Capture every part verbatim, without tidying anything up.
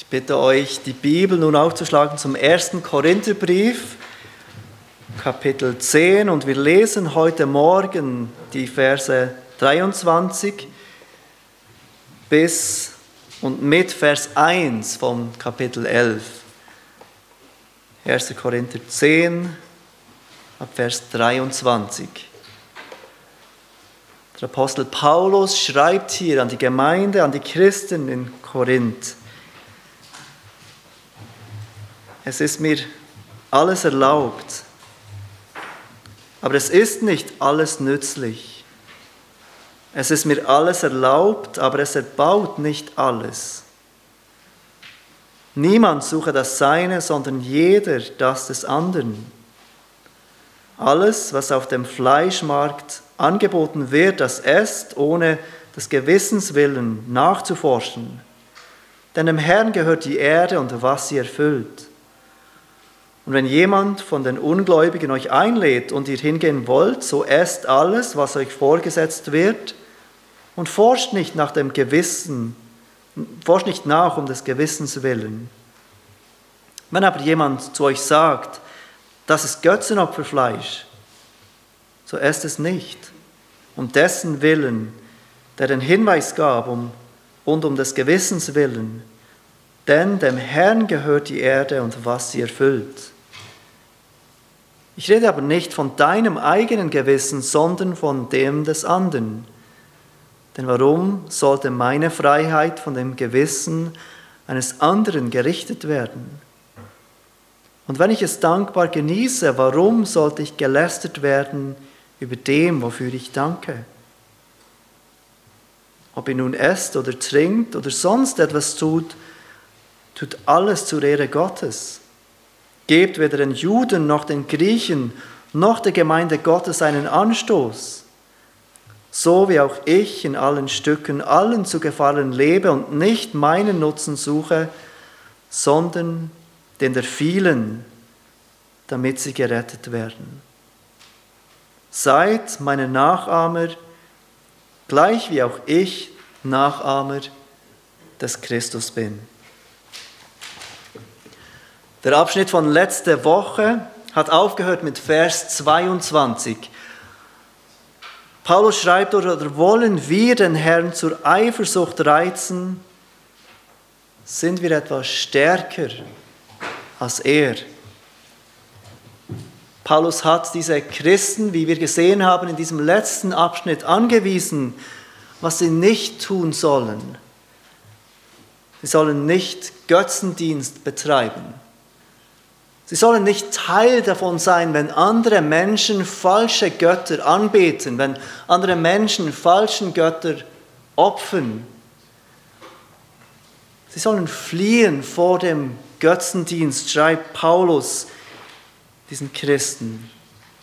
bitte euch, die Bibel nun aufzuschlagen zum ersten Korintherbrief, Kapitel zehn. Und wir lesen heute Morgen die Verse dreiundzwanzig bis und mit Vers eins vom Kapitel elf. erster Korinther zehn, ab Vers dreiundzwanzig. Der Apostel Paulus schreibt hier an die Gemeinde, an die Christen in Korinth: Es ist mir alles erlaubt, aber es ist nicht alles nützlich. Es ist mir alles erlaubt, aber es erbaut nicht alles. Niemand suche das Seine, sondern jeder das des anderen. Alles, was auf dem Fleischmarkt angeboten wird, das esst, ohne des Gewissens willen nachzuforschen. Denn dem Herrn gehört die Erde und was sie erfüllt. Und wenn jemand von den Ungläubigen euch einlädt und ihr hingehen wollt, so esst alles, was euch vorgesetzt wird, und forscht nicht nach dem Gewissen, forscht nicht nach um des Gewissens willen. Wenn aber jemand zu euch sagt, das ist Götzenopferfleisch, so esst es nicht, um dessen Willen, der den Hinweis gab, um, und um des Gewissens willen, denn dem Herrn gehört die Erde und was sie erfüllt. Ich rede aber nicht von deinem eigenen Gewissen, sondern von dem des anderen. Denn warum sollte meine Freiheit von dem Gewissen eines anderen gerichtet werden? Und wenn ich es dankbar genieße, warum sollte ich gelästert werden über dem, wofür ich danke? Ob ihr nun esst oder trinkt oder sonst etwas tut, tut alles zur Ehre Gottes. Gebt weder den Juden noch den Griechen noch der Gemeinde Gottes einen Anstoß, so wie auch ich in allen Stücken allen zu gefallen lebe und nicht meinen Nutzen suche, sondern den der vielen, damit sie gerettet werden. Seid meine Nachahmer, gleich wie auch ich Nachahmer des Christus bin. Der Abschnitt von letzter Woche hat aufgehört mit Vers zweiundzwanzig. Paulus schreibt, oder wollen wir den Herrn zur Eifersucht reizen? Sind wir etwas stärker als er? Paulus hat diese Christen, wie wir gesehen haben, in diesem letzten Abschnitt angewiesen, was sie nicht tun sollen. Sie sollen nicht Götzendienst betreiben. Sie sollen nicht Teil davon sein, wenn andere Menschen falsche Götter anbeten, wenn andere Menschen falschen Götter opfern. Sie sollen fliehen vor dem Götzendienst, schreibt Paulus diesen Christen.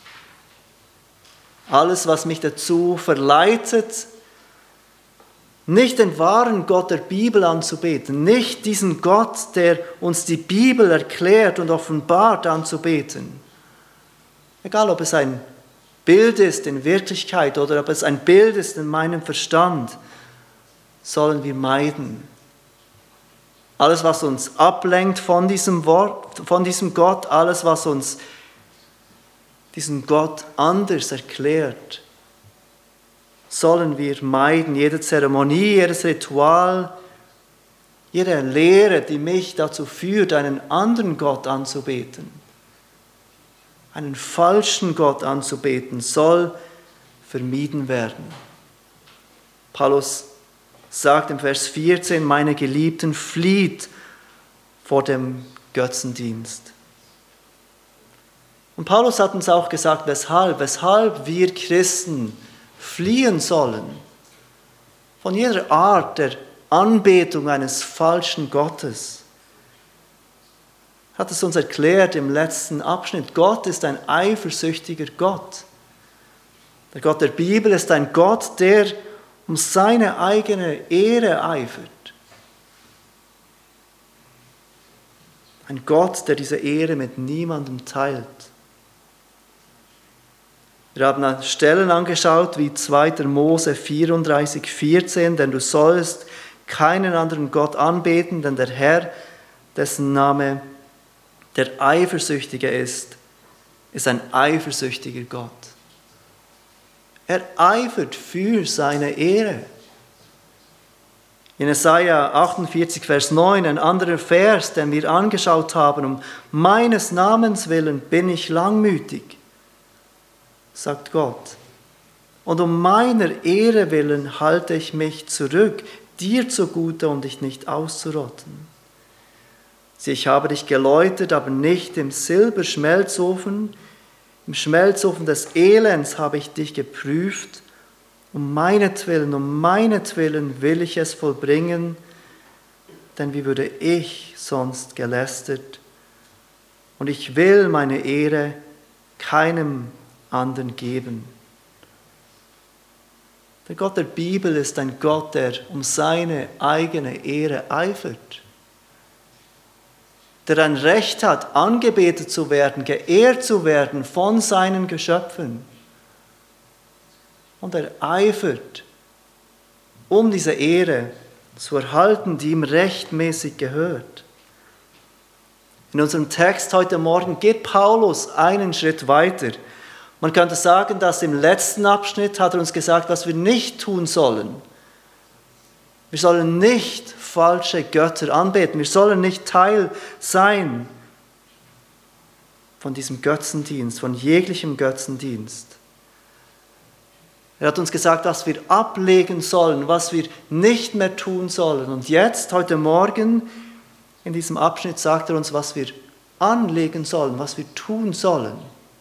Alles, was mich dazu verleitet, nicht den wahren Gott der Bibel anzubeten, nicht diesen Gott, der uns die Bibel erklärt und offenbart, anzubeten. Egal, ob es ein Bild ist in Wirklichkeit oder ob es ein Bild ist in meinem Verstand, sollen wir meiden. Alles, was uns ablenkt von diesem Wort, von diesem Gott, alles, was uns diesen Gott anders erklärt, sollen wir meiden. Jede Zeremonie, jedes Ritual, jede Lehre, die mich dazu führt, einen anderen Gott anzubeten, einen falschen Gott anzubeten, soll vermieden werden. Paulus sagt im Vers vierzehn, meine Geliebten, flieht vor dem Götzendienst. Und Paulus hat uns auch gesagt, weshalb, weshalb wir Christen fliehen sollen von jeder Art der Anbetung eines falschen Gottes. Hat es uns erklärt im letzten Abschnitt. Gott ist ein eifersüchtiger Gott. Der Gott der Bibel ist ein Gott, der um seine eigene Ehre eifert. Ein Gott, der diese Ehre mit niemandem teilt. Wir haben Stellen angeschaut wie zweiter Mose vierunddreißig, vierzehn, denn du sollst keinen anderen Gott anbeten, denn der Herr dessen Name der Eifersüchtige ist, ist ein eifersüchtiger Gott. Er eifert für seine Ehre. In Jesaja achtundvierzig, Vers neun, ein anderer Vers, den wir angeschaut haben, um meines Namens willen bin ich langmütig, sagt Gott. Und um meiner Ehre willen halte ich mich zurück, dir zugute und dich nicht auszurotten. Sieh, ich habe dich geläutert, aber nicht im Silberschmelzofen, im Schmelzofen des Elends habe ich dich geprüft. Um meinetwillen, um meinetwillen will ich es vollbringen, denn wie würde ich sonst gelästert? Und ich will meine Ehre keinem anderen geben. Der Gott der Bibel ist ein Gott, der um seine eigene Ehre eifert, der ein Recht hat, angebetet zu werden, geehrt zu werden von seinen Geschöpfen. Und er eifert, um diese Ehre zu erhalten, die ihm rechtmäßig gehört. In unserem Text heute Morgen geht Paulus einen Schritt weiter. Man könnte sagen, dass im letzten Abschnitt hat er uns gesagt, was wir nicht tun sollen. Wir sollen nicht falsche Götter anbeten. Wir sollen nicht Teil sein von diesem Götzendienst, von jeglichem Götzendienst. Er hat uns gesagt, was wir ablegen sollen, was wir nicht mehr tun sollen. Und jetzt, heute Morgen, in diesem Abschnitt sagt er uns, was wir anlegen sollen, was wir tun sollen.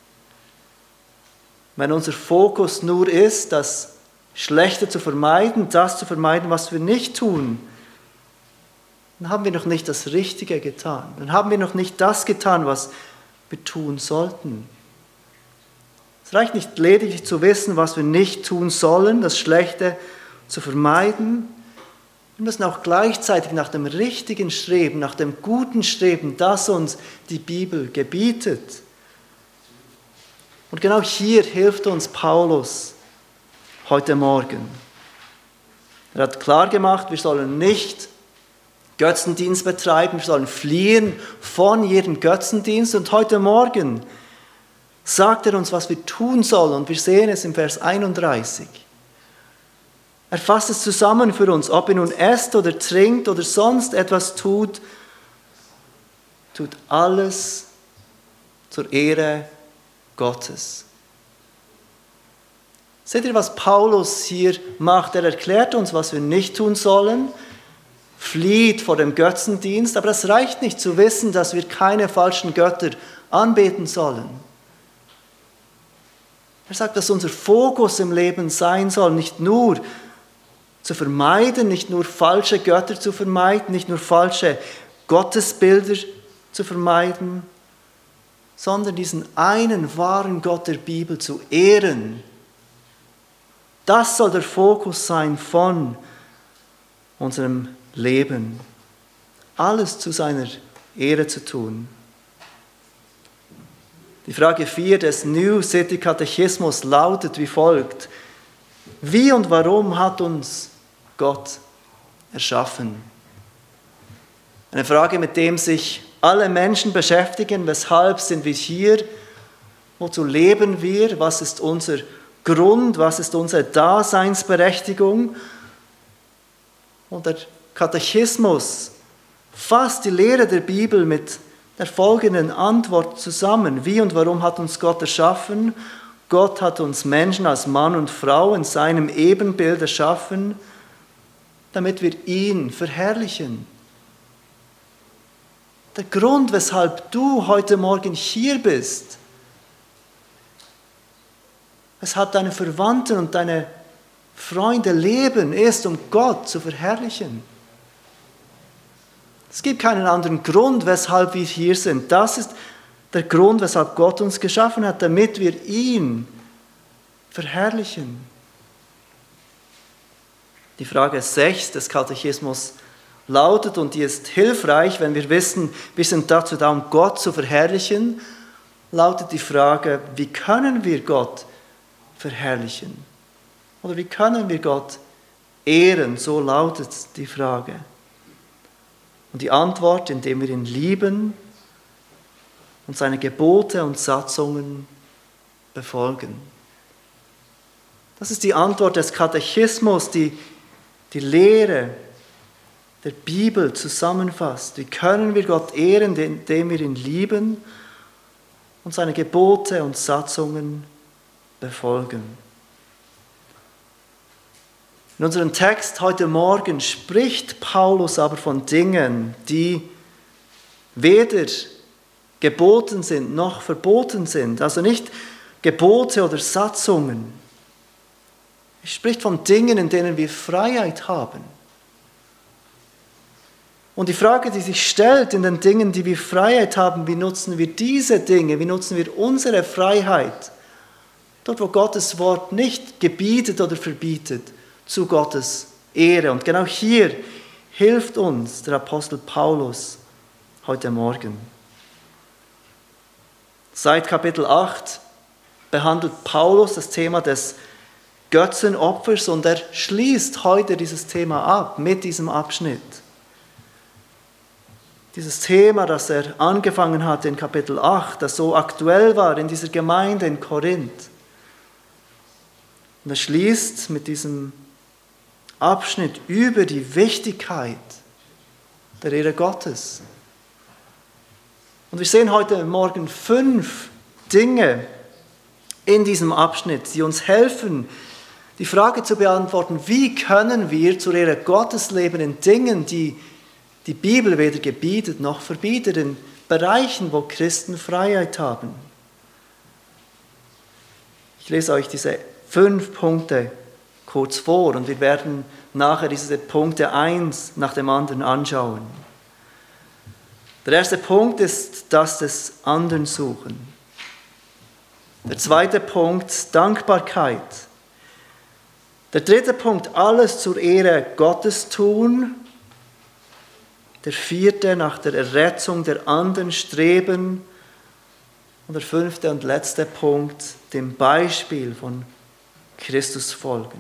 Wenn unser Fokus nur ist, das Schlechte zu vermeiden, das zu vermeiden, was wir nicht tun, dann haben wir noch nicht das Richtige getan. Dann haben wir noch nicht das getan, was wir tun sollten. Es reicht nicht lediglich zu wissen, was wir nicht tun sollen, das Schlechte zu vermeiden. Wir müssen auch gleichzeitig nach dem Richtigen streben, nach dem Guten streben, das uns die Bibel gebietet. Und genau hier hilft uns Paulus heute Morgen. Er hat klar gemacht, wir sollen nicht Götzendienst betreiben, wir sollen fliehen von jedem Götzendienst. Und heute Morgen sagt er uns, was wir tun sollen. Und wir sehen es im Vers einunddreißig. Er fasst es zusammen für uns, ob ihr nun esst oder trinkt oder sonst etwas tut, tut alles zur Ehre Gottes. Seht ihr, was Paulus hier macht? Er erklärt uns, was wir nicht tun sollen, flieht vor dem Götzendienst, aber es reicht nicht zu wissen, dass wir keine falschen Götter anbeten sollen. Er sagt, dass unser Fokus im Leben sein soll, nicht nur zu vermeiden, nicht nur falsche Götter zu vermeiden, nicht nur falsche Gottesbilder zu vermeiden, sondern diesen einen wahren Gott der Bibel zu ehren. Das soll der Fokus sein von unserem Leben. Alles zu seiner Ehre zu tun. Die Frage vier des New City Katechismus lautet wie folgt: Wie und warum hat uns Gott erschaffen? Eine Frage, mit der sich alle Menschen beschäftigen. Weshalb sind wir hier? Wozu leben wir? Was ist unser Grund? Was ist unsere Daseinsberechtigung? Und der Katechismus fasst die Lehre der Bibel mit der folgenden Antwort zusammen. Wie und warum hat uns Gott erschaffen? Gott hat uns Menschen als Mann und Frau in seinem Ebenbild erschaffen, damit wir ihn verherrlichen. Der Grund, weshalb du heute Morgen hier bist, weshalb deine Verwandten und deine Freunde leben, ist, um Gott zu verherrlichen. Es gibt keinen anderen Grund, weshalb wir hier sind. Das ist der Grund, weshalb Gott uns geschaffen hat, damit wir ihn verherrlichen. Die Frage sechs des Katechismus lautet, und die ist hilfreich, wenn wir wissen, wir sind dazu da, um Gott zu verherrlichen, lautet die Frage, wie können wir Gott verherrlichen? Oder wie können wir Gott ehren? So lautet die Frage. Und die Antwort, indem wir ihn lieben und seine Gebote und Satzungen befolgen. Das ist die Antwort des Katechismus, die die Lehre der Bibel zusammenfasst. Wie können wir Gott ehren, indem wir ihn lieben und seine Gebote und Satzungen befolgen? In unserem Text heute Morgen spricht Paulus aber von Dingen, die weder geboten sind noch verboten sind. Also nicht Gebote oder Satzungen. Er spricht von Dingen, in denen wir Freiheit haben. Und die Frage, die sich stellt in den Dingen, die wir Freiheit haben, wie nutzen wir diese Dinge, wie nutzen wir unsere Freiheit, dort wo Gottes Wort nicht gebietet oder verbietet, zu Gottes Ehre. Und genau hier hilft uns der Apostel Paulus heute Morgen. Seit Kapitel acht behandelt Paulus das Thema des Götzenopfers und er schließt heute dieses Thema ab mit diesem Abschnitt. Dieses Thema, das er angefangen hat in Kapitel acht, das so aktuell war in dieser Gemeinde in Korinth. Und er schließt mit diesem Abschnitt über die Wichtigkeit der Ehre Gottes. Und wir sehen heute Morgen fünf Dinge in diesem Abschnitt, die uns helfen, die Frage zu beantworten, wie können wir zur Ehre Gottes leben in Dingen, die die Bibel weder gebietet noch verbietet, in Bereichen, wo Christen Freiheit haben. Ich lese euch diese fünf Punkte kurz vor und wir werden nachher diese Punkte eins nach dem anderen anschauen. Der erste Punkt ist das des anderen suchen. Der zweite Punkt, Dankbarkeit. Der dritte Punkt, alles zur Ehre Gottes tun. Der vierte, nach der Errettung der anderen streben. Und der fünfte und letzte Punkt, dem Beispiel von Christus folgen.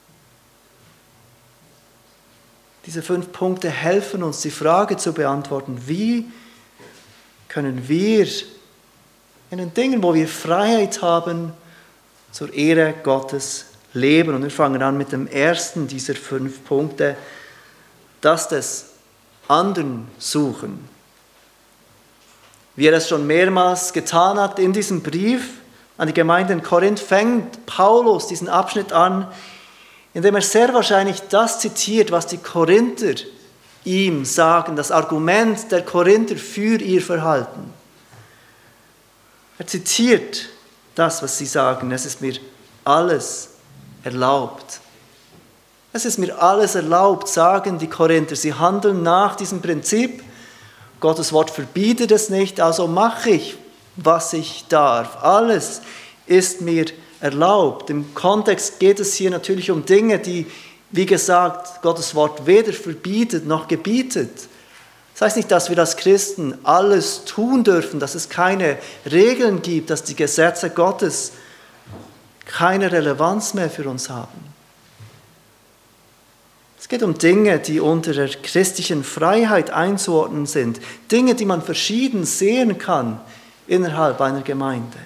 Diese fünf Punkte helfen uns, die Frage zu beantworten, wie können wir in den Dingen, wo wir Freiheit haben, zur Ehre Gottes leben. Und wir fangen an mit dem ersten dieser fünf Punkte, das des anderen suchen. Wie er es schon mehrmals getan hat in diesem Brief an die Gemeinde in Korinth, fängt Paulus diesen Abschnitt an, indem er sehr wahrscheinlich das zitiert, was die Korinther ihm sagen, das Argument der Korinther für ihr Verhalten. Er zitiert das, was sie sagen, es ist mir alles erlaubt. Es ist mir alles erlaubt, sagen die Korinther. Sie handeln nach diesem Prinzip. Gottes Wort verbietet es nicht, also mache ich, was ich darf. Alles ist mir erlaubt. Im Kontext geht es hier natürlich um Dinge, die, wie gesagt, Gottes Wort weder verbietet noch gebietet. Das heißt nicht, dass wir als Christen alles tun dürfen, dass es keine Regeln gibt, dass die Gesetze Gottes keine Relevanz mehr für uns haben. Es geht um Dinge, die unter der christlichen Freiheit einzuordnen sind. Dinge, die man verschieden sehen kann innerhalb einer Gemeinde.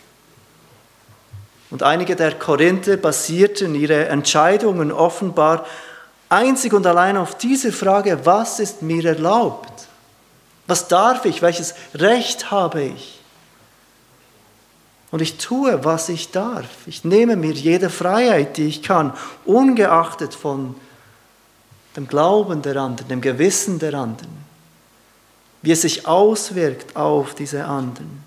Und einige der Korinther basierten ihre Entscheidungen offenbar einzig und allein auf diese Frage, was ist mir erlaubt? Was darf ich? Welches Recht habe ich? Und ich tue, was ich darf. Ich nehme mir jede Freiheit, die ich kann, ungeachtet von dem Glauben der anderen, dem Gewissen der anderen, wie es sich auswirkt auf diese anderen.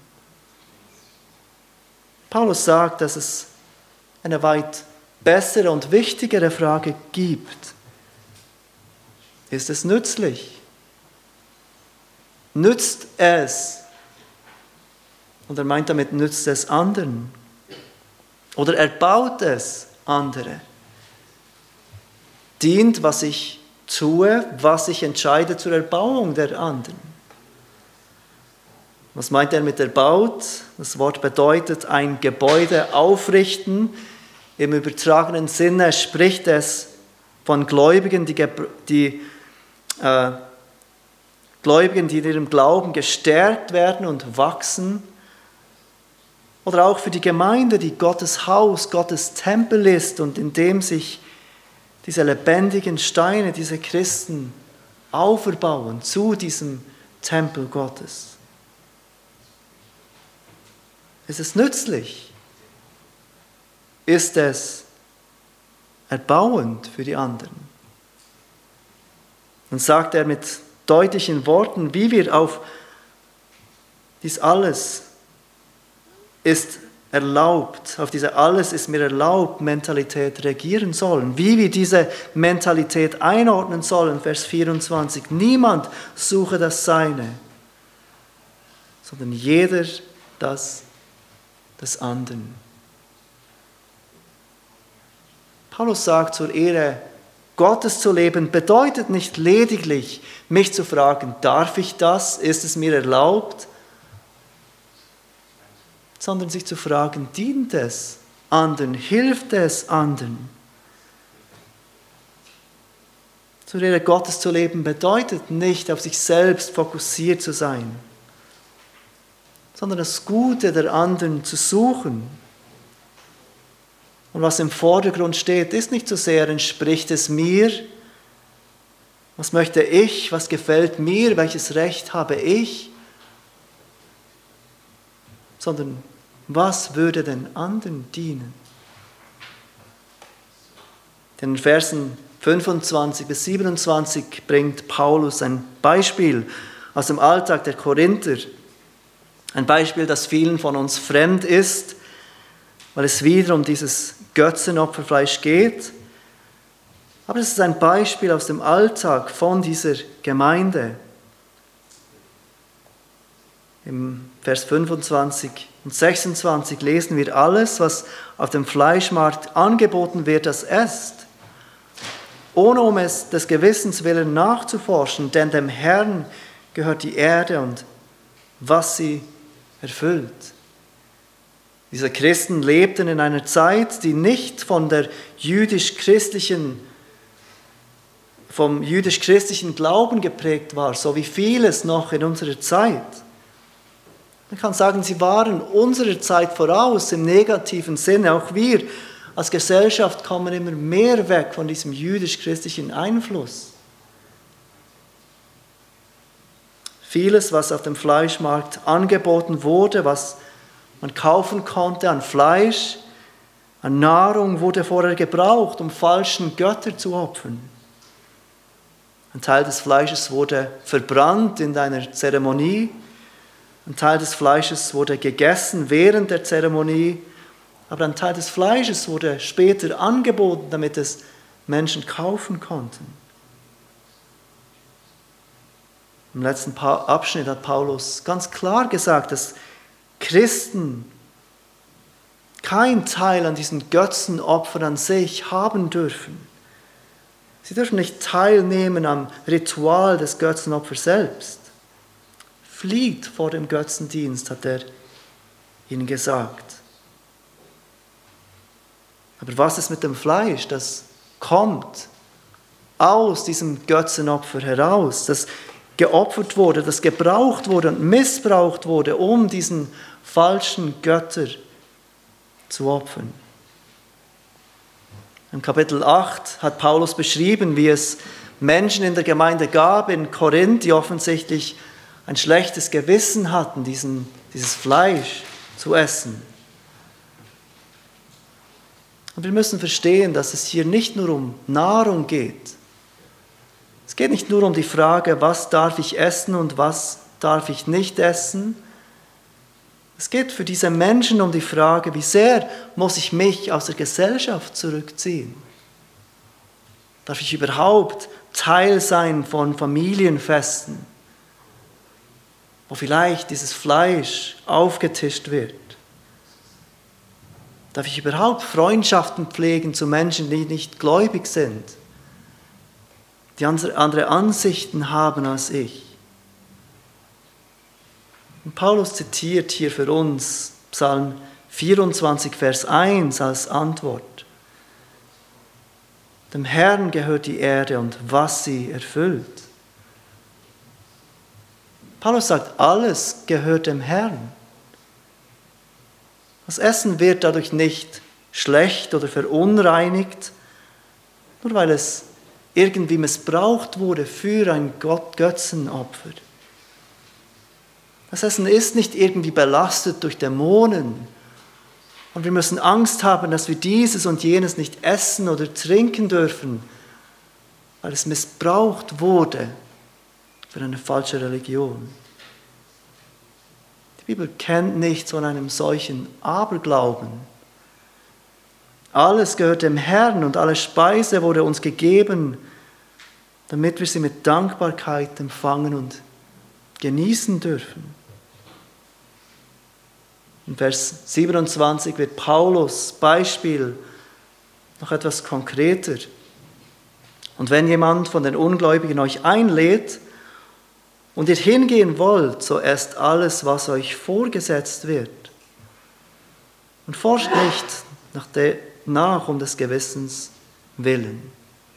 Paulus sagt, dass es eine weit bessere und wichtigere Frage gibt. Ist es nützlich? Nützt es? Und er meint damit, nützt es anderen? Oder erbaut es andere? Dient, was ich tue, was ich entscheide zur Erbauung der anderen? Was meint er mit erbaut? Das Wort bedeutet ein Gebäude aufrichten. Im übertragenen Sinne spricht es von Gläubigen, die, die äh, Gläubigen, die in ihrem Glauben gestärkt werden und wachsen. Oder auch für die Gemeinde, die Gottes Haus, Gottes Tempel ist und in dem sich diese lebendigen Steine, diese Christen auferbauen zu diesem Tempel Gottes. Ist es nützlich? Ist es erbauend für die anderen? Dann sagt er mit deutlichen Worten, wie wir auf dies alles ist erlaubt, auf diese alles ist mir erlaubt Mentalität regieren sollen, wie wir diese Mentalität einordnen sollen, Vers vierundzwanzig. Niemand suche das Seine, sondern jeder das des anderen. Paulus sagt, zur Ehre Gottes zu leben, bedeutet nicht lediglich, mich zu fragen, darf ich das, ist es mir erlaubt, sondern sich zu fragen, dient es anderen, hilft es anderen. Zur Ehre Gottes zu leben bedeutet nicht, auf sich selbst fokussiert zu sein, sondern das Gute der anderen zu suchen. Und was im Vordergrund steht, ist nicht so sehr, entspricht es mir, was möchte ich, was gefällt mir, welches Recht habe ich, sondern was würde den anderen dienen? In den Versen fünfundzwanzig bis siebenundzwanzig bringt Paulus ein Beispiel aus dem Alltag der Korinther. Ein Beispiel, das vielen von uns fremd ist, weil es wieder um dieses Götzenopferfleisch geht. Aber es ist ein Beispiel aus dem Alltag von dieser Gemeinde. Im Vers fünfundzwanzig und sechsundzwanzig lesen wir, alles, was auf dem Fleischmarkt angeboten wird, das esst, ohne um es des Gewissens willen nachzuforschen, denn dem Herrn gehört die Erde und was sie erfüllt. Diese Christen lebten in einer Zeit, die nicht von der jüdisch-christlichen, vom jüdisch-christlichen Glauben geprägt war, so wie vieles noch in unserer Zeit. Man kann sagen, sie waren unserer Zeit voraus im negativen Sinne. Auch wir als Gesellschaft kommen immer mehr weg von diesem jüdisch-christlichen Einfluss. Vieles, was auf dem Fleischmarkt angeboten wurde, was man kaufen konnte an Fleisch, an Nahrung, wurde vorher gebraucht, um falschen Götter zu opfern. Ein Teil des Fleisches wurde verbrannt in einer Zeremonie. Ein Teil des Fleisches wurde gegessen während der Zeremonie, aber ein Teil des Fleisches wurde später angeboten, damit es Menschen kaufen konnten. Im letzten Abschnitt hat Paulus ganz klar gesagt, dass Christen kein Teil an diesen Götzenopfern an sich haben dürfen. Sie dürfen nicht teilnehmen am Ritual des Götzenopfers selbst. Flieht vor dem Götzendienst, hat er ihnen gesagt. Aber was ist mit dem Fleisch, das kommt aus diesem Götzenopfer heraus, das geopfert wurde, das gebraucht wurde und missbraucht wurde, um diesen falschen Götter zu opfern? Im Kapitel acht hat Paulus beschrieben, wie es Menschen in der Gemeinde gab in Korinth, die offensichtlich ein schlechtes Gewissen hatten, diesen, dieses Fleisch zu essen. Und wir müssen verstehen, dass es hier nicht nur um Nahrung geht. Es geht nicht nur um die Frage, was darf ich essen und was darf ich nicht essen. Es geht für diese Menschen um die Frage, wie sehr muss ich mich aus der Gesellschaft zurückziehen? Darf ich überhaupt Teil sein von Familienfesten, wo vielleicht dieses Fleisch aufgetischt wird? Darf ich überhaupt Freundschaften pflegen zu Menschen, die nicht gläubig sind, die andere Ansichten haben als ich? Und Paulus zitiert hier für uns Psalm vierundzwanzig, Vers eins als Antwort. Dem Herrn gehört die Erde und was sie erfüllt. Paulus sagt, alles gehört dem Herrn. Das Essen wird dadurch nicht schlecht oder verunreinigt, nur weil es irgendwie missbraucht wurde für ein Gott-Götzenopfer. Das Essen ist nicht irgendwie belastet durch Dämonen. Und wir müssen Angst haben, dass wir dieses und jenes nicht essen oder trinken dürfen, weil es missbraucht wurde für eine falsche Religion. Die Bibel kennt nichts von einem solchen Aberglauben. Alles gehört dem Herrn und alle Speise wurde uns gegeben, damit wir sie mit Dankbarkeit empfangen und genießen dürfen. In Vers siebenundzwanzig wird Paulus Beispiel noch etwas konkreter. Und wenn jemand von den Ungläubigen euch einlädt und ihr hingehen wollt, so esst alles, was euch vorgesetzt wird. Und forscht nicht nach, de, nach um des Gewissens willen.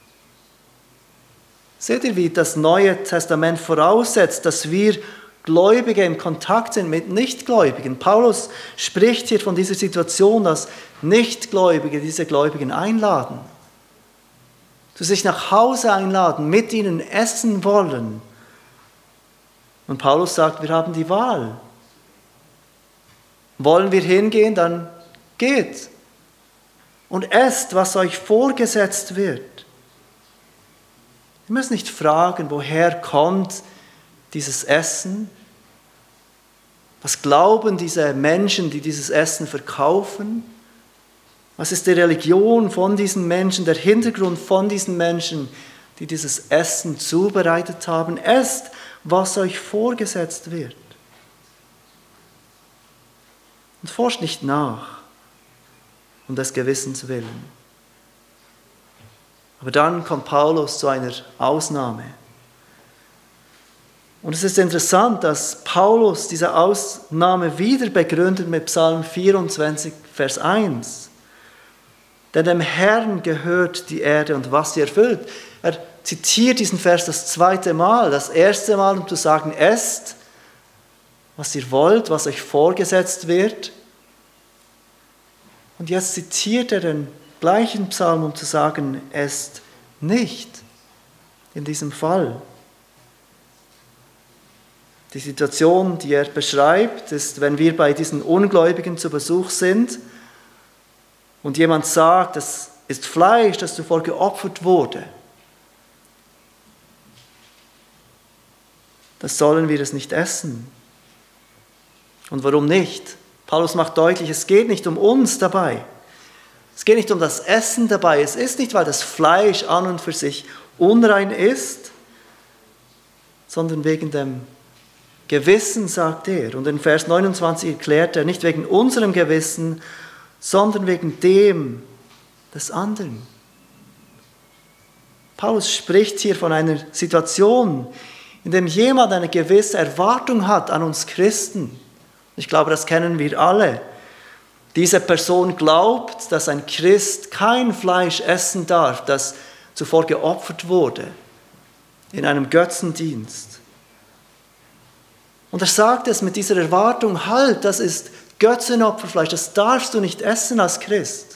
Seht ihr, wie das Neue Testament voraussetzt, dass wir Gläubige im Kontakt sind mit Nichtgläubigen. Paulus spricht hier von dieser Situation, dass Nichtgläubige diese Gläubigen einladen, zu sich nach Hause einladen, mit ihnen essen wollen. Und Paulus sagt, wir haben die Wahl. Wollen wir hingehen, dann geht und esst, was euch vorgesetzt wird. Ihr müsst nicht fragen, woher kommt dieses Essen. Was glauben diese Menschen, die dieses Essen verkaufen? Was ist die Religion von diesen Menschen, der Hintergrund von diesen Menschen, die dieses Essen zubereitet haben? Esst, was euch vorgesetzt wird. Und forscht nicht nach, um des Gewissens willen. Aber dann kommt Paulus zu einer Ausnahme. Und es ist interessant, dass Paulus diese Ausnahme wieder begründet mit Psalm vierundzwanzig, Vers eins. Denn dem Herrn gehört die Erde und was sie erfüllt. Er zitiert diesen Vers das zweite Mal. Das erste Mal, um zu sagen, esst, was ihr wollt, was euch vorgesetzt wird. Und jetzt zitiert er den gleichen Psalm, um zu sagen, esst nicht in diesem Fall. Die Situation, die er beschreibt, ist, wenn wir bei diesen Ungläubigen zu Besuch sind und jemand sagt, das ist Fleisch, das zuvor geopfert wurde. Das sollen wir es nicht essen. Und warum nicht? Paulus macht deutlich, es geht nicht um uns dabei. Es geht nicht um das Essen dabei. Es ist nicht, weil das Fleisch an und für sich unrein ist, sondern wegen dem Gewissen, sagt er. Und in Vers neunundzwanzig erklärt er, nicht wegen unserem Gewissen, sondern wegen dem des anderen. Paulus spricht hier von einer Situation, in der jemand eine gewisse Erwartung hat an uns Christen. Ich glaube, das kennen wir alle. Diese Person glaubt, dass ein Christ kein Fleisch essen darf, das zuvor geopfert wurde in einem Götzendienst. Und er sagt es mit dieser Erwartung, halt, das ist Götzenopferfleisch, das darfst du nicht essen als Christ.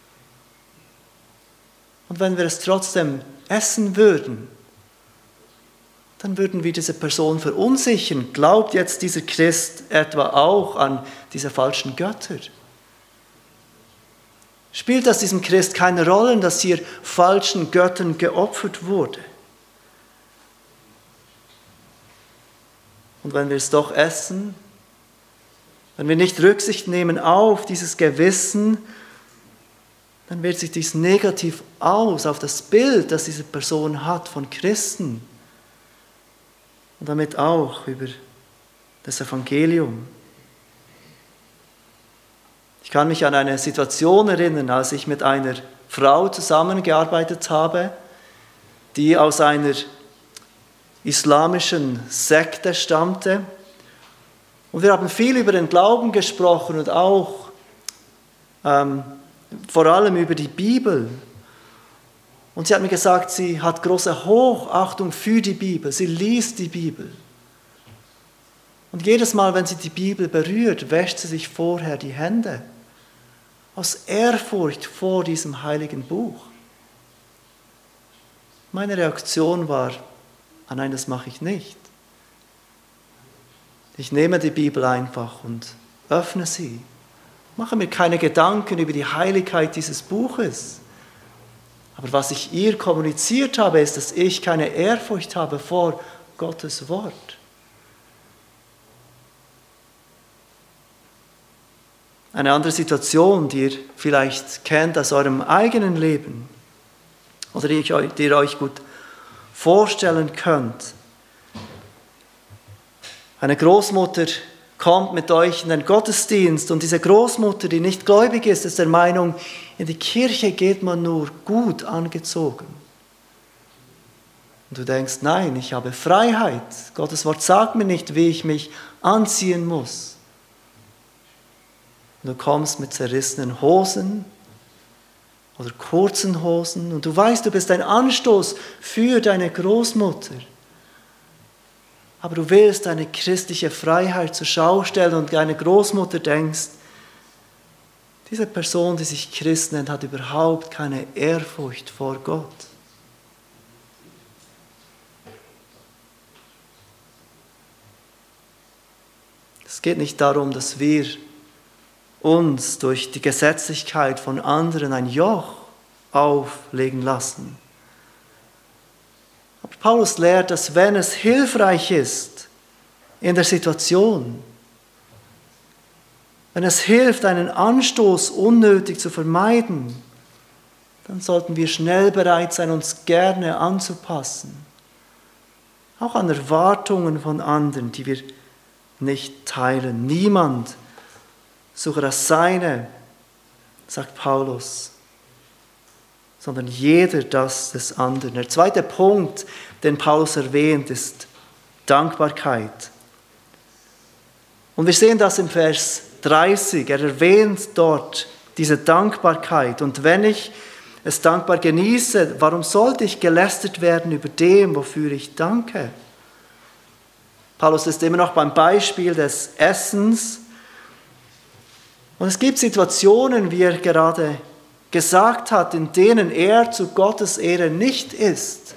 Und wenn wir es trotzdem essen würden, dann würden wir diese Person verunsichern. Glaubt jetzt dieser Christ etwa auch an diese falschen Götter? Spielt das diesem Christ keine Rolle, dass hier falschen Göttern geopfert wurde? Und wenn wir es doch essen, wenn wir nicht Rücksicht nehmen auf dieses Gewissen, dann wirkt sich dies negativ aus auf das Bild, das diese Person hat von Christen. Und damit auch über das Evangelium. Ich kann mich an eine Situation erinnern, als ich mit einer Frau zusammengearbeitet habe, die aus einer islamischen Sekte stammte. Und wir haben viel über den Glauben gesprochen und auch ähm, vor allem über die Bibel. Und sie hat mir gesagt, sie hat große Hochachtung für die Bibel. Sie liest die Bibel. Und jedes Mal, wenn sie die Bibel berührt, wäscht sie sich vorher die Hände. Aus Ehrfurcht vor diesem heiligen Buch. Meine Reaktion war, ah nein, das mache ich nicht. Ich nehme die Bibel einfach und öffne sie. Mache mir keine Gedanken über die Heiligkeit dieses Buches. Aber was ich ihr kommuniziert habe, ist, dass ich keine Ehrfurcht habe vor Gottes Wort. Eine andere Situation, die ihr vielleicht kennt aus eurem eigenen Leben oder die ihr euch gut vorstellen könnt. Eine Großmutter kommt mit euch in den Gottesdienst und diese Großmutter, die nicht gläubig ist, ist der Meinung, in die Kirche geht man nur gut angezogen. Und du denkst, nein, ich habe Freiheit. Gottes Wort sagt mir nicht, wie ich mich anziehen muss. Und du kommst mit zerrissenen Hosen oder kurzen Hosen und du weißt, du bist ein Anstoß für deine Großmutter. Aber du willst deine christliche Freiheit zur Schau stellen und deine Großmutter denkst, diese Person, die sich Christ nennt, hat überhaupt keine Ehrfurcht vor Gott. Es geht nicht darum, dass wir uns durch die Gesetzlichkeit von anderen ein Joch auflegen lassen. Aber Paulus lehrt, dass wenn es hilfreich ist in der Situation, wenn es hilft, einen Anstoß unnötig zu vermeiden, dann sollten wir schnell bereit sein, uns gerne anzupassen. Auch an Erwartungen von anderen, die wir nicht teilen. Niemand suche das Seine, sagt Paulus, sondern jeder das des anderen. Der zweite Punkt, den Paulus erwähnt, ist Dankbarkeit. Und wir sehen das im Vers dreißig. Er erwähnt dort diese Dankbarkeit. Und wenn ich es dankbar genieße, warum sollte ich gelästert werden über dem, wofür ich danke? Paulus ist immer noch beim Beispiel des Essens. Und es gibt Situationen, wie er gerade gesagt hat, in denen er zu Gottes Ehre nicht isst.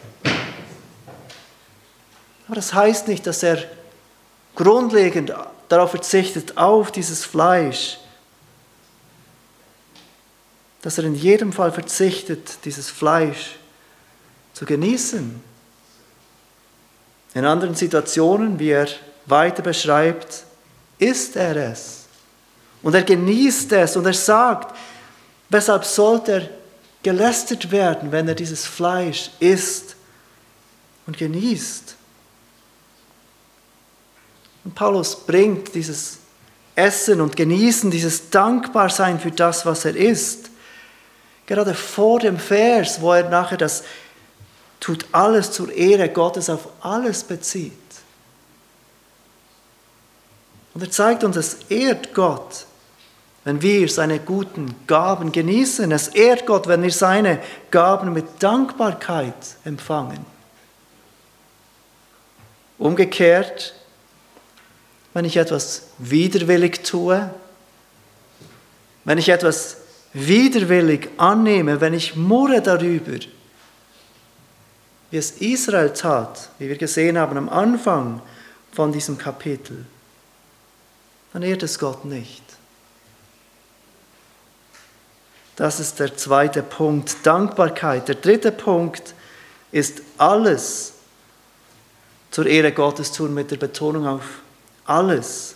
Aber das heißt nicht, dass er grundlegend darauf verzichtet, auf dieses Fleisch, dass er in jedem Fall verzichtet, dieses Fleisch zu genießen. In anderen Situationen, wie er weiter beschreibt, isst er es. Und er genießt es und er sagt, weshalb sollte er gelästert werden, wenn er dieses Fleisch isst und genießt? Und Paulus bringt dieses Essen und Genießen, dieses Dankbarsein für das, was er isst, gerade vor dem Vers, wo er nachher das tut alles zur Ehre Gottes auf alles bezieht. Und er zeigt uns, es ehrt Gott, wenn wir seine guten Gaben genießen. Es ehrt Gott, wenn wir seine Gaben mit Dankbarkeit empfangen. Umgekehrt, wenn ich etwas widerwillig tue, wenn ich etwas widerwillig annehme, wenn ich murre darüber, wie es Israel tat, wie wir gesehen haben am Anfang von diesem Kapitel, dann ehrt es Gott nicht. Das ist der zweite Punkt, Dankbarkeit. Der dritte Punkt ist alles zur Ehre Gottes tun, mit der Betonung auf alles.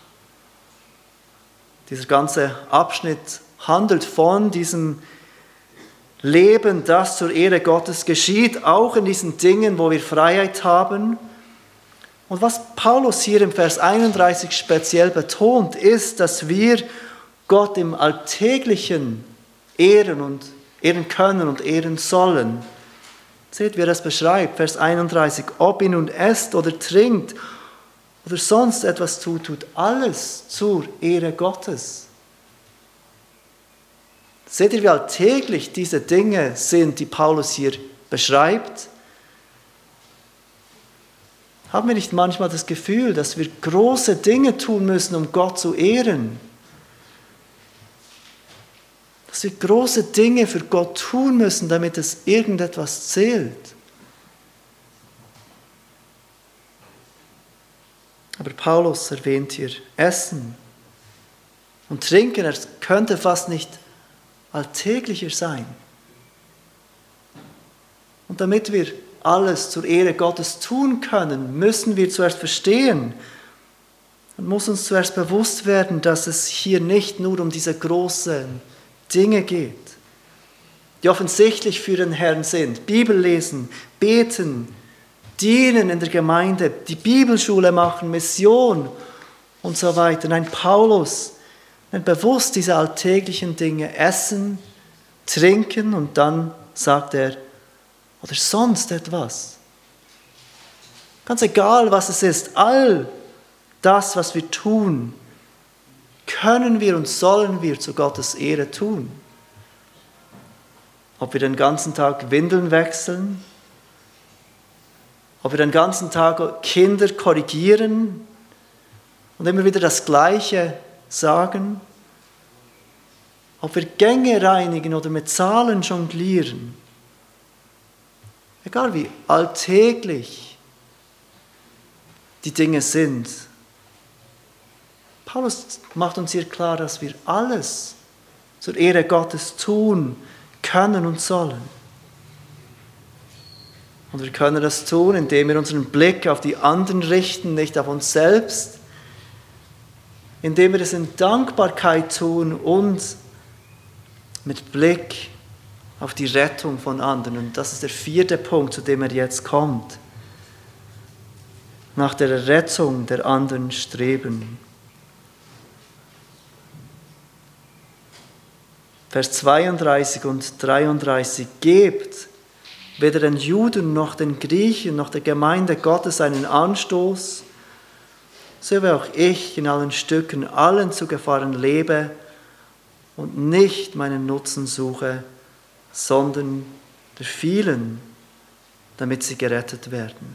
Dieser ganze Abschnitt handelt von diesem Leben, das zur Ehre Gottes geschieht, auch in diesen Dingen, wo wir Freiheit haben. Und was Paulus hier im Vers einunddreißig speziell betont, ist, dass wir Gott im Alltäglichen ehren und ehren können und ehren sollen. Seht, wie er das beschreibt, Vers einunddreißig. Ob ihr nun esst oder trinkt oder sonst etwas tut, tut alles zur Ehre Gottes. Seht ihr, wie alltäglich diese Dinge sind, die Paulus hier beschreibt? Haben wir nicht manchmal das Gefühl, dass wir große Dinge tun müssen, um Gott zu ehren? Dass wir große Dinge für Gott tun müssen, damit es irgendetwas zählt? Aber Paulus erwähnt hier Essen und Trinken. Es könnte fast nicht alltäglicher sein. Und damit wir alles zur Ehre Gottes tun können, müssen wir zuerst verstehen und muss uns zuerst bewusst werden, dass es hier nicht nur um diese großen Dinge geht, die offensichtlich für den Herrn sind. Bibel lesen, beten, dienen in der Gemeinde, die Bibelschule machen, Mission und so weiter. Nein, Paulus nennt bewusst diese alltäglichen Dinge, essen, trinken und dann sagt er, oder sonst etwas. Ganz egal, was es ist, all das, was wir tun, können wir und sollen wir zu Gottes Ehre tun. Ob wir den ganzen Tag Windeln wechseln, ob wir den ganzen Tag Kinder korrigieren und immer wieder das Gleiche sagen, ob wir Gänge reinigen oder mit Zahlen jonglieren. Egal wie alltäglich die Dinge sind. Paulus macht uns hier klar, dass wir alles zur Ehre Gottes tun können und sollen. Und wir können das tun, indem wir unseren Blick auf die anderen richten, nicht auf uns selbst, indem wir es in Dankbarkeit tun und mit Blick auf die Rettung von anderen. Und das ist der vierte Punkt, zu dem er jetzt kommt. Nach der Rettung der anderen streben. Vers zweiunddreißig und dreiunddreißig. Gebt weder den Juden noch den Griechen noch der Gemeinde Gottes einen Anstoß, so wie auch ich in allen Stücken allen zu Gefallen lebe und nicht meinen Nutzen suche, sondern der vielen, damit sie gerettet werden.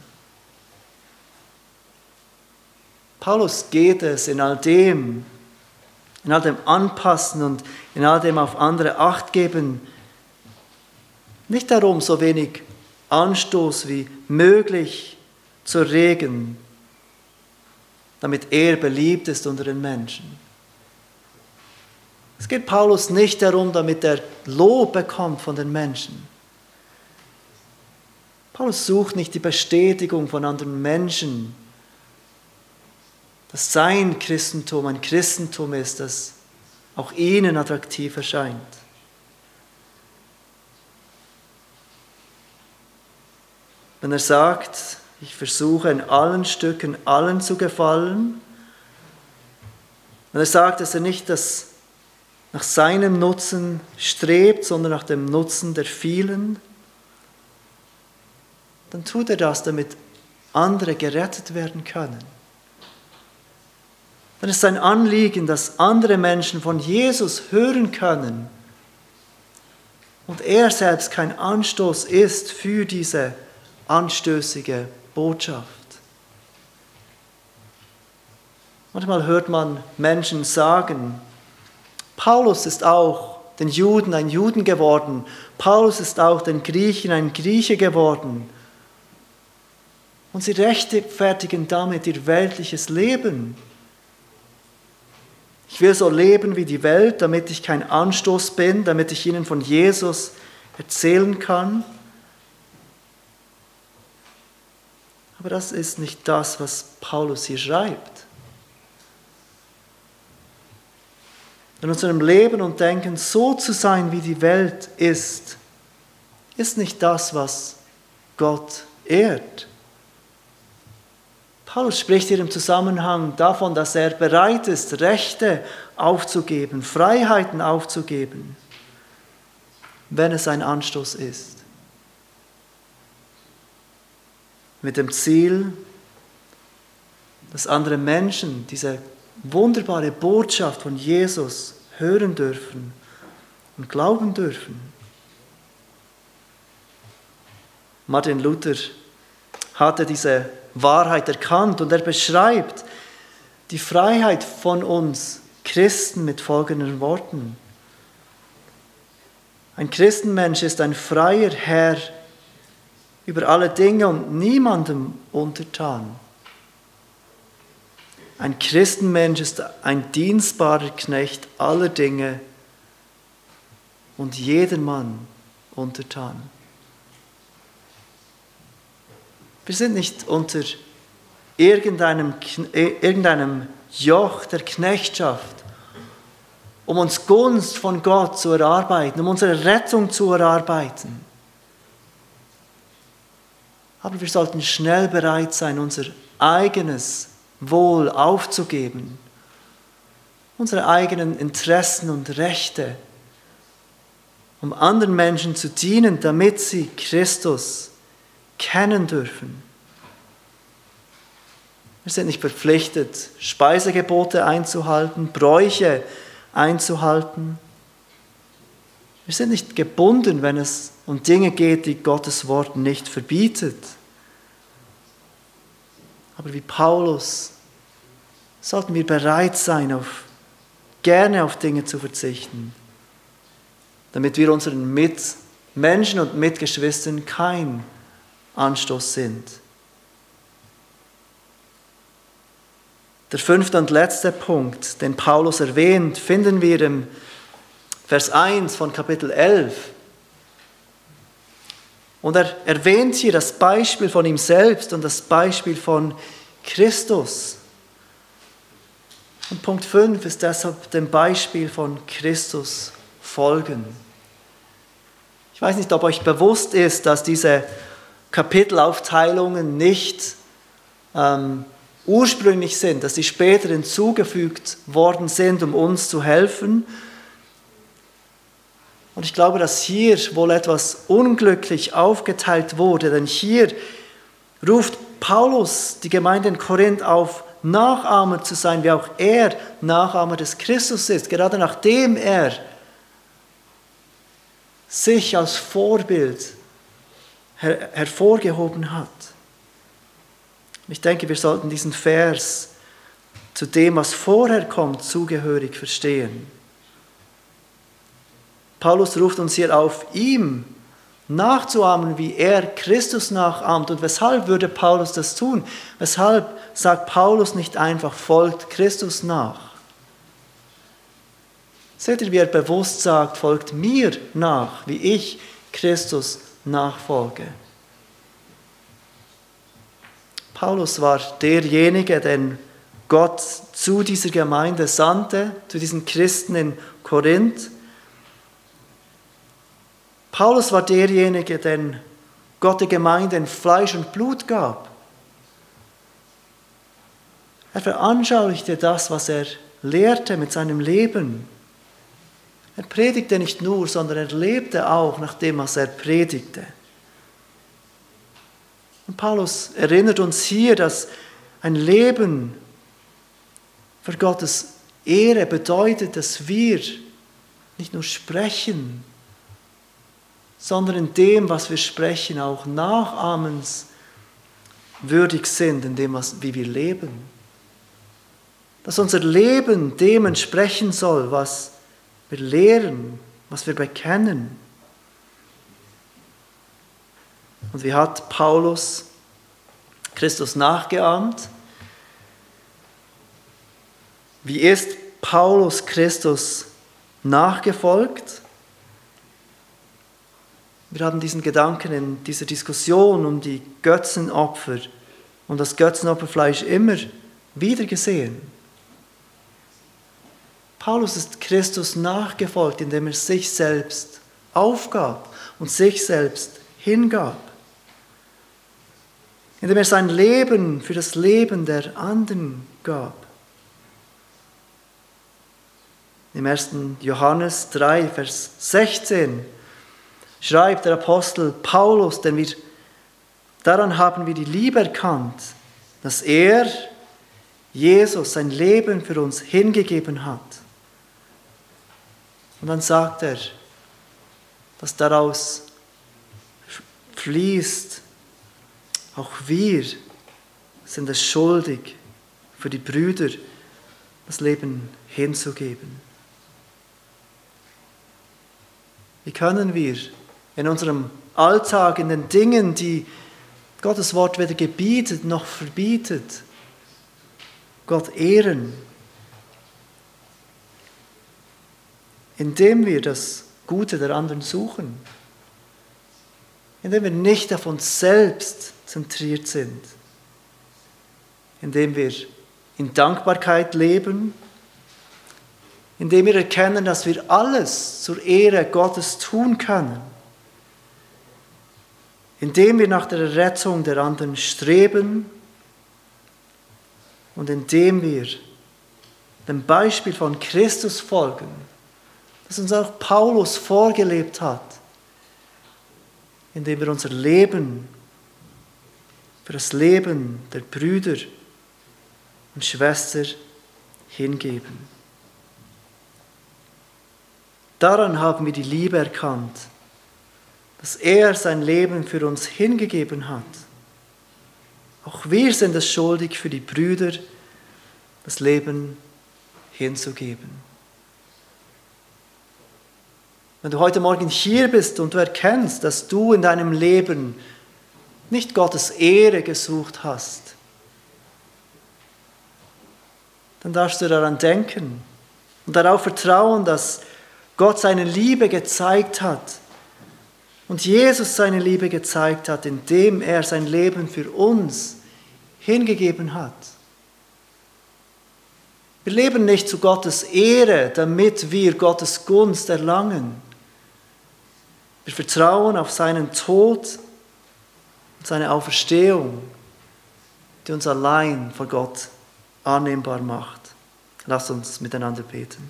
Paulus geht es in all dem, in all dem Anpassen und in all dem auf andere Acht geben, nicht darum, so wenig Anstoß wie möglich zu regen, damit er beliebt ist unter den Menschen. Es geht Paulus nicht darum, damit er Lob bekommt von den Menschen. Paulus sucht nicht die Bestätigung von anderen Menschen, dass sein Christentum ein Christentum ist, das auch ihnen attraktiv erscheint. Wenn er sagt, ich versuche in allen Stücken allen zu gefallen, wenn er sagt, dass er nicht das nach seinem Nutzen strebt, sondern nach dem Nutzen der vielen, dann tut er das, damit andere gerettet werden können. Dann ist sein Anliegen, dass andere Menschen von Jesus hören können und er selbst kein Anstoß ist für diese anstößige Botschaft. Manchmal hört man Menschen sagen, Paulus ist auch den Juden ein Juden geworden, Paulus ist auch den Griechen ein Grieche geworden. Und sie rechtfertigen damit ihr weltliches Leben. Ich will so leben wie die Welt, damit ich kein Anstoß bin, damit ich ihnen von Jesus erzählen kann. Aber das ist nicht das, was Paulus hier schreibt. In unserem Leben und Denken so zu sein, wie die Welt ist, ist nicht das, was Gott ehrt. Paulus spricht hier im Zusammenhang davon, dass er bereit ist, Rechte aufzugeben, Freiheiten aufzugeben, wenn es ein Anstoß ist. Mit dem Ziel, dass andere Menschen diese wunderbare Botschaft von Jesus hören dürfen und glauben dürfen. Martin Luther hatte diese Wahrheit erkannt. Und er beschreibt die Freiheit von uns Christen mit folgenden Worten. Ein Christenmensch ist ein freier Herr über alle Dinge und niemandem untertan. Ein Christenmensch ist ein dienstbarer Knecht aller Dinge und jedermann untertan. Wir sind nicht unter irgendeinem, irgendeinem Joch der Knechtschaft, um uns Gunst von Gott zu erarbeiten, um unsere Rettung zu erarbeiten. Aber wir sollten schnell bereit sein, unser eigenes Wohl aufzugeben, unsere eigenen Interessen und Rechte, um anderen Menschen zu dienen, damit sie Christus kennen dürfen. Wir sind nicht verpflichtet, Speisegebote einzuhalten, Bräuche einzuhalten. Wir sind nicht gebunden, wenn es um Dinge geht, die Gottes Wort nicht verbietet. Aber wie Paulus sollten wir bereit sein, auf, gerne auf Dinge zu verzichten, damit wir unseren Mitmenschen und Mitgeschwistern kein Anstoß sind. Der fünfte und letzte Punkt, den Paulus erwähnt, finden wir im Vers eins von Kapitel elf. Und er erwähnt hier das Beispiel von ihm selbst und das Beispiel von Christus. Und Punkt fünf ist deshalb dem Beispiel von Christus folgen. Ich weiß nicht, ob euch bewusst ist, dass diese Kapitelaufteilungen nicht ähm, ursprünglich sind, dass sie später hinzugefügt worden sind, um uns zu helfen. Und ich glaube, dass hier wohl etwas unglücklich aufgeteilt wurde, denn hier ruft Paulus die Gemeinde in Korinth auf, Nachahmer zu sein, wie auch er Nachahmer des Christus ist, gerade nachdem er sich als Vorbild her- hervorgehoben hat. Ich denke, wir sollten diesen Vers zu dem, was vorher kommt, zugehörig verstehen. Paulus ruft uns hier auf, ihm nachzuahmen, wie er Christus nachahmt. Und weshalb würde Paulus das tun? Weshalb sagt Paulus nicht einfach, folgt Christus nach? Seht ihr, wie er bewusst sagt, folgt mir nach, wie ich Christus nachfolge. Paulus war derjenige, den Gott zu dieser Gemeinde sandte, zu diesen Christen in Korinth. Paulus war derjenige, den Gott der Gemeinde in Fleisch und Blut gab. Er veranschaulichte das, was er lehrte mit seinem Leben. Er predigte nicht nur, sondern er lebte auch nach dem, was er predigte. Und Paulus erinnert uns hier, dass ein Leben für Gottes Ehre bedeutet, dass wir nicht nur sprechen, sondern in dem, was wir sprechen, auch nachahmenswürdig sind, in dem, was, wie wir leben. Dass unser Leben dem entsprechen soll, was wir lehren, was wir bekennen. Und wie hat Paulus Christus nachgeahmt? Wie ist Paulus Christus nachgefolgt? Wir haben diesen Gedanken in dieser Diskussion um die Götzenopfer und das Götzenopferfleisch immer wieder gesehen. Paulus ist Christus nachgefolgt, indem er sich selbst aufgab und sich selbst hingab. Indem er sein Leben für das Leben der anderen gab. Im ersten Johannes drei, Vers sechzehn schreibt der Apostel Paulus, denn wir, daran haben wir die Liebe erkannt, dass er, Jesus, sein Leben für uns hingegeben hat. Und dann sagt er, dass daraus fließt, auch wir sind es schuldig, für die Brüder das Leben hinzugeben. Wie können wir in unserem Alltag, in den Dingen, die Gottes Wort weder gebietet noch verbietet, Gott ehren? Indem wir das Gute der anderen suchen. Indem wir nicht auf uns selbst zentriert sind. Indem wir in Dankbarkeit leben. Indem wir erkennen, dass wir alles zur Ehre Gottes tun können. Indem wir nach der Rettung der anderen streben. Und indem wir dem Beispiel von Christus folgen, das uns auch Paulus vorgelebt hat, indem wir unser Leben für das Leben der Brüder und Schwestern hingeben. Daran haben wir die Liebe erkannt, dass er sein Leben für uns hingegeben hat. Auch wir sind es schuldig, für die Brüder das Leben hinzugeben. Wenn du heute Morgen hier bist und du erkennst, dass du in deinem Leben nicht Gottes Ehre gesucht hast, dann darfst du daran denken und darauf vertrauen, dass Gott seine Liebe gezeigt hat und Jesus seine Liebe gezeigt hat, indem er sein Leben für uns hingegeben hat. Wir leben nicht zu Gottes Ehre, damit wir Gottes Gunst erlangen. Wir vertrauen auf seinen Tod und seine Auferstehung, die uns allein vor Gott annehmbar macht. Lasst uns miteinander beten.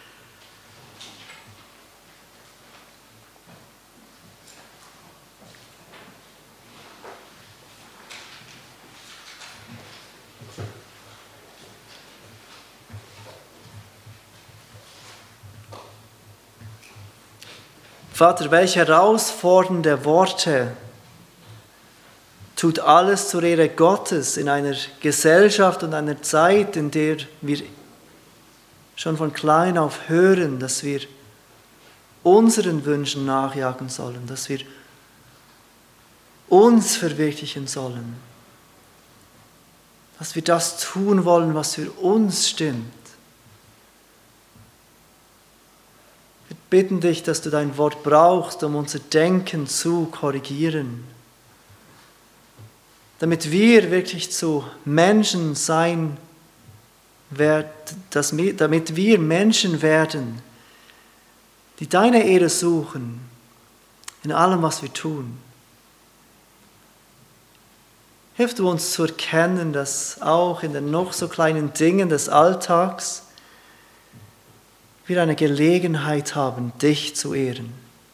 Vater, welch herausfordernde Worte. Tut alles zur Ehre Gottes in einer Gesellschaft und einer Zeit, in der wir schon von klein auf hören, dass wir unseren Wünschen nachjagen sollen, dass wir uns verwirklichen sollen, dass wir das tun wollen, was für uns stimmt. Wir bitten dich, dass du dein Wort brauchst, um unser Denken zu korrigieren, damit wir wirklich zu Menschen sein werden, damit wir Menschen werden, die deine Ehre suchen in allem, was wir tun. Hilf du uns zu erkennen, dass auch in den noch so kleinen Dingen des Alltags wir eine Gelegenheit haben, dich zu ehren.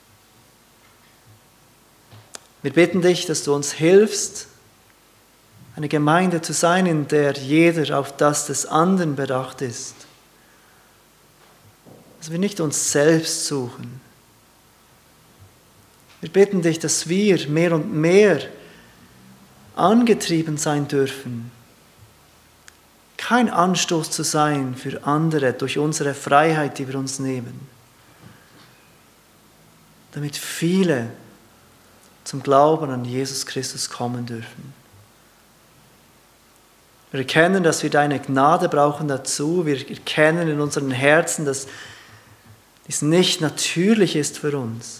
Wir bitten dich, dass du uns hilfst, eine Gemeinde zu sein, in der jeder auf das des anderen bedacht ist. Dass wir nicht uns selbst suchen. Wir bitten dich, dass wir mehr und mehr angetrieben sein dürfen, kein Anstoß zu sein für andere durch unsere Freiheit, die wir uns nehmen, damit viele zum Glauben an Jesus Christus kommen dürfen. Wir erkennen, dass wir deine Gnade brauchen dazu. Wir erkennen in unseren Herzen, dass dies nicht natürlich ist für uns,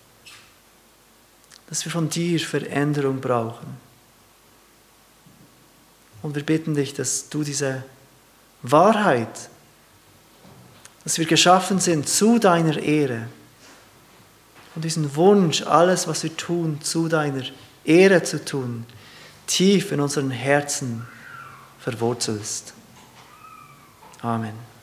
dass wir von dir Veränderung brauchen. Und wir bitten dich, dass du diese Wahrheit, dass wir geschaffen sind zu deiner Ehre und diesen Wunsch, alles, was wir tun, zu deiner Ehre zu tun, tief in unseren Herzen verwurzelst. Amen.